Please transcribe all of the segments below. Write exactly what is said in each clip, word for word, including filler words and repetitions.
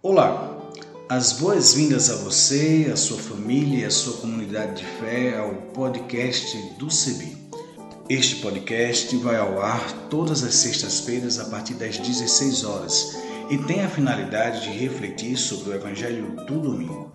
Olá, as boas-vindas a você, a sua família e a sua comunidade de fé ao podcast do C B. Este podcast vai ao ar todas as sextas-feiras a partir das dezesseis horas e tem a finalidade de refletir sobre o Evangelho do domingo.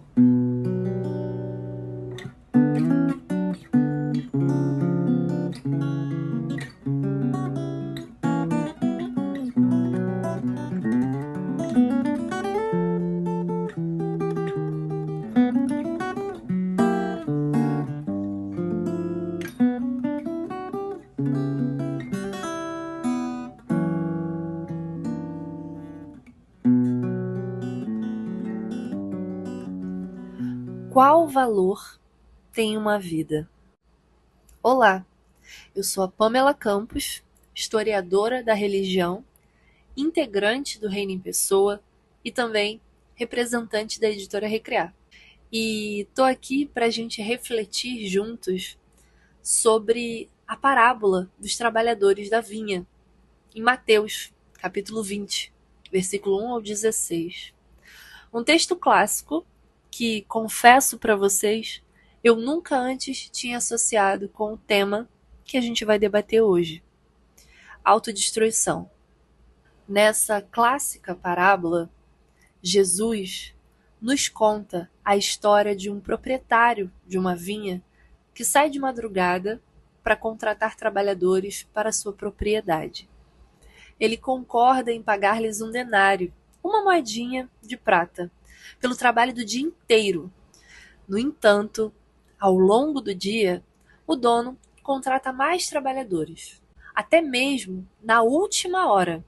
Qual valor tem uma vida? Olá, eu sou a Pamela Campos, historiadora da religião, integrante do Reino em Pessoa e também representante da editora Recrear. E tô aqui para a gente refletir juntos sobre a parábola dos trabalhadores da vinha, em Mateus, capítulo vinte, versículo um ao dezesseis. Um texto clássico que, confesso para vocês, eu nunca antes tinha associado com o tema que a gente vai debater hoje: autodestruição. Nessa clássica parábola, Jesus nos conta a história de um proprietário de uma vinha que sai de madrugada para contratar trabalhadores para sua propriedade. Ele concorda em pagar-lhes um denário, uma moedinha de prata, pelo trabalho do dia inteiro. No entanto, ao longo do dia, o dono contrata mais trabalhadores, até mesmo na última hora.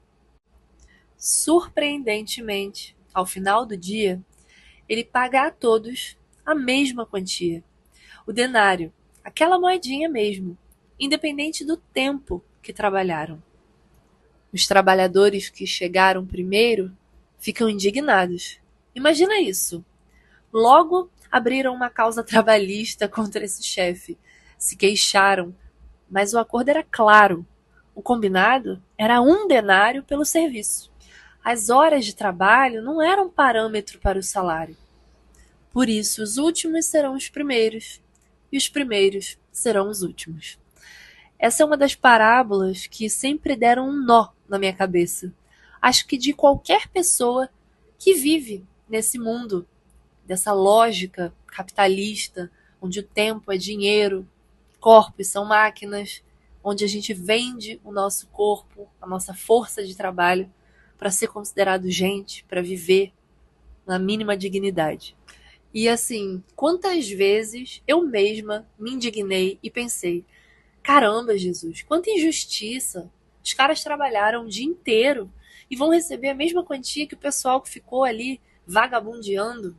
Surpreendentemente, ao final do dia, ele paga a todos a mesma quantia, o denário, aquela moedinha mesmo, independente do tempo que trabalharam. Os trabalhadores que chegaram primeiro ficam indignados. Imagina isso. Logo abriram uma causa trabalhista contra esse chefe. Se queixaram, mas o acordo era claro. O combinado era um denário pelo serviço. As horas de trabalho não eram parâmetro para o salário. Por isso, os últimos serão os primeiros e os primeiros serão os últimos. Essa é uma das parábolas que sempre deram um nó na minha cabeça. Acho que de qualquer pessoa que vive nesse mundo, dessa lógica capitalista, onde o tempo é dinheiro, corpos são máquinas, onde a gente vende o nosso corpo, a nossa força de trabalho, para ser considerado gente, para viver na mínima dignidade. E assim, quantas vezes eu mesma me indignei e pensei: caramba, Jesus, quanta injustiça! Os caras trabalharam o dia inteiro e vão receber a mesma quantia que o pessoal que ficou ali vagabundeando.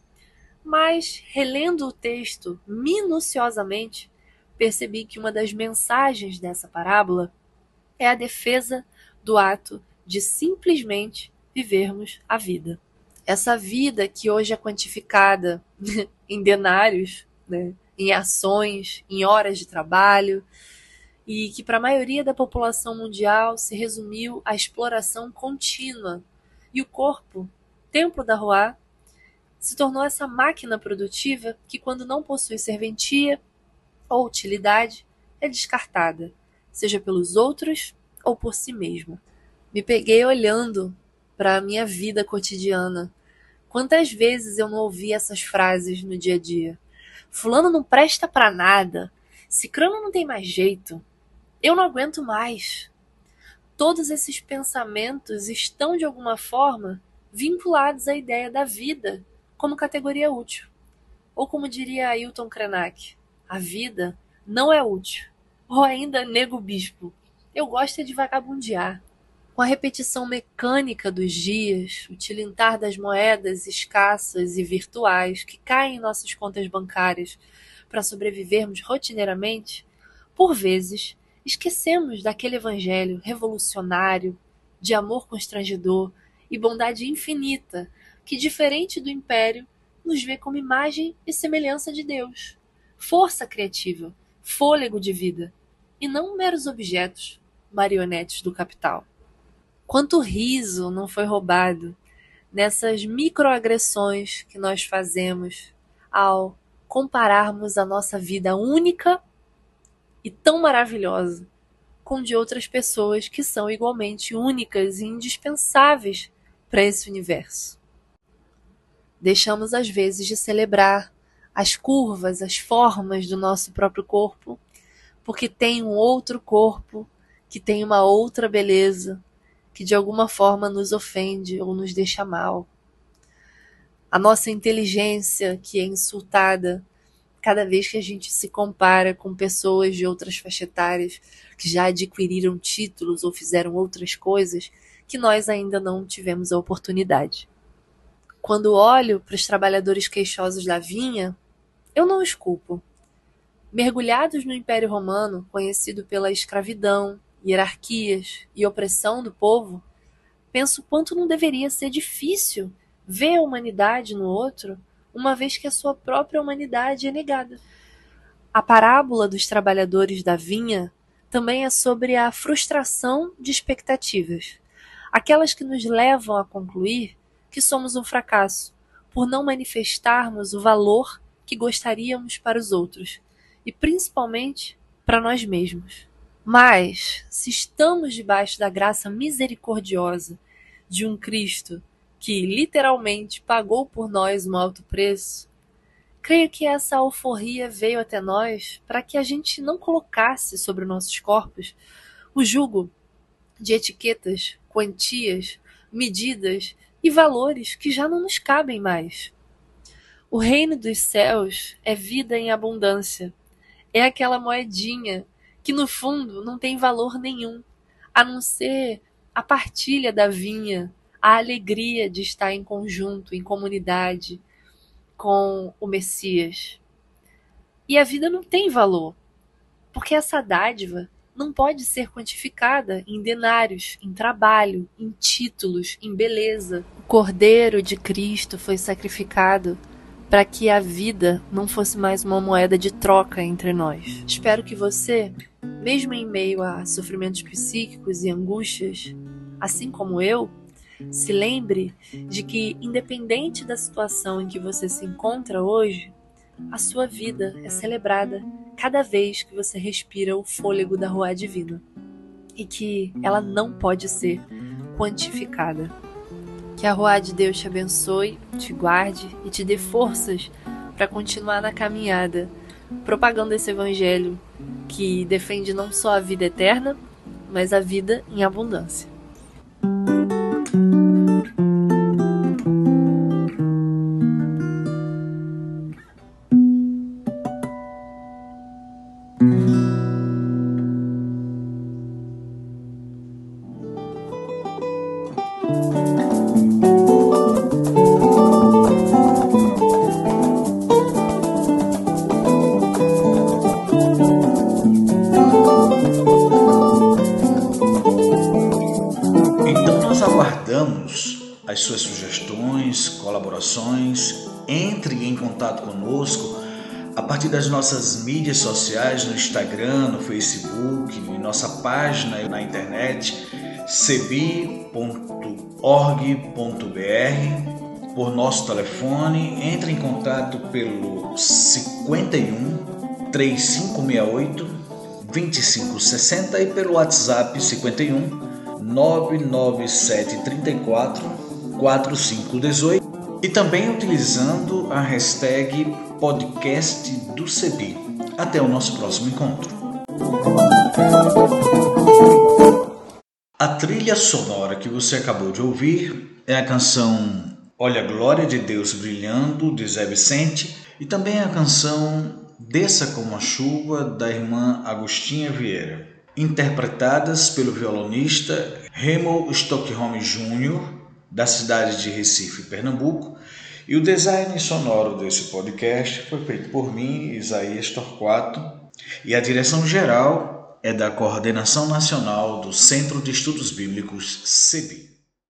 Mas, relendo o texto minuciosamente, percebi que uma das mensagens dessa parábola é a defesa do ato de simplesmente vivermos a vida. Essa vida que hoje é quantificada em denários, né, em ações, em horas de trabalho, e que para a maioria da população mundial se resumiu à exploração contínua. E o corpo, templo da Ruá, se tornou essa máquina produtiva que, quando não possui serventia ou utilidade, é descartada, seja pelos outros ou por si mesma. Me peguei olhando para a minha vida cotidiana. Quantas vezes eu não ouvi essas frases no dia a dia? Fulano não presta para nada. Cicrano não tem mais jeito. Eu não aguento mais. Todos esses pensamentos estão, de alguma forma, vinculados à ideia da vida como categoria útil. Ou como diria Ailton Krenak, a vida não é útil. Ou ainda, nego bispo, eu gosto é de vagabundear. Com a repetição mecânica dos dias, o tilintar das moedas escassas e virtuais que caem em nossas contas bancárias para sobrevivermos rotineiramente, por vezes, esquecemos daquele evangelho revolucionário, de amor constrangedor e bondade infinita, que, diferente do império, nos vê como imagem e semelhança de Deus, força criativa, fôlego de vida, e não meros objetos, marionetes do capital. Quanto riso não foi roubado nessas microagressões que nós fazemos ao compararmos a nossa vida única e tão maravilhosa com de outras pessoas que são igualmente únicas e indispensáveis para esse universo. Deixamos às vezes de celebrar as curvas, as formas do nosso próprio corpo, porque tem um outro corpo que tem uma outra beleza, que de alguma forma nos ofende ou nos deixa mal. A nossa inteligência que é insultada cada vez que a gente se compara com pessoas de outras faixas etárias que já adquiriram títulos ou fizeram outras coisas que nós ainda não tivemos a oportunidade. Quando olho para os trabalhadores queixosos da vinha, eu não os culpo. Mergulhados no Império Romano, conhecido pela escravidão, hierarquias e opressão do povo, penso quanto não deveria ser difícil ver a humanidade no outro, uma vez que a sua própria humanidade é negada. A parábola dos trabalhadores da vinha também é sobre a frustração de expectativas, aquelas que nos levam a concluir que somos um fracasso, por não manifestarmos o valor que gostaríamos para os outros, e principalmente para nós mesmos. Mas, se estamos debaixo da graça misericordiosa de um Cristo que literalmente pagou por nós um alto preço, creio que essa alforria veio até nós para que a gente não colocasse sobre nossos corpos o jugo de etiquetas, quantias, medidas e valores que já não nos cabem mais. O reino dos céus é vida em abundância. É aquela moedinha que no fundo não tem valor nenhum, a não ser a partilha da vinha, a alegria de estar em conjunto, em comunidade, com o Messias. E a vida não tem valor, porque essa dádiva não pode ser quantificada em denários, em trabalho, em títulos, em beleza. O Cordeiro de Cristo foi sacrificado para que a vida não fosse mais uma moeda de troca entre nós. Espero que você, mesmo em meio a sofrimentos psíquicos e angústias, assim como eu, se lembre de que, independente da situação em que você se encontra hoje, a sua vida é celebrada cada vez que você respira o fôlego da Ruá Divina e que ela não pode ser quantificada. Que a Ruá de Deus te abençoe, te guarde e te dê forças para continuar na caminhada, propagando esse evangelho que defende não só a vida eterna, mas a vida em abundância. Aguardamos as suas sugestões, colaborações. Entre em contato conosco a partir das nossas mídias sociais, no Instagram, no Facebook, em nossa página na internet, cebi ponto org ponto br, por nosso telefone. Entre em contato pelo cinquenta e um, três cinco seis oito, dois cinco seis zero e pelo WhatsApp cinquenta e um, nove nove sete três quatro, quatro cinco um oito e também utilizando a hashtag podcast do Cebi. Até o nosso próximo encontro. A trilha sonora que você acabou de ouvir é a canção Olha a Glória de Deus Brilhando, de Zé Vicente, e também a canção Desça Como a Chuva, da irmã Agostinha Vieira, interpretadas pelo violonista Remo Stockholm Júnior, da cidade de Recife, Pernambuco, e o design sonoro desse podcast foi feito por mim, Isaías Torquato, e a direção geral é da Coordenação Nacional do Centro de Estudos Bíblicos, CEBI.